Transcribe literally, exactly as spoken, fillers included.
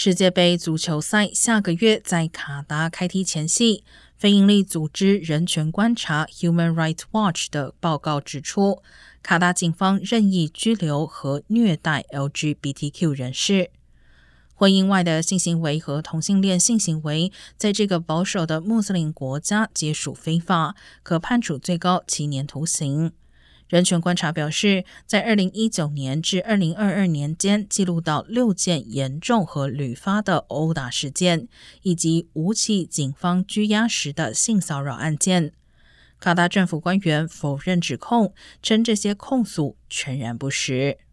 世界杯足球赛下个月在卡达开踢前夕，非营利组织人权观察 Human Rights Watch 的报告指出，卡达警方任意拘留和虐待 L G B T Q 人士。婚姻外的性行为和同性恋性行为在这个保守的穆斯林国家皆属非法，可判处最高七年徒刑。人权观察表示，在二零一九年至二零二二年间记录到六件严重和屡发的殴打事件，以及五起警方拘押时的性骚扰案件。卡达政府官员否认指控，称这些控诉全然不实。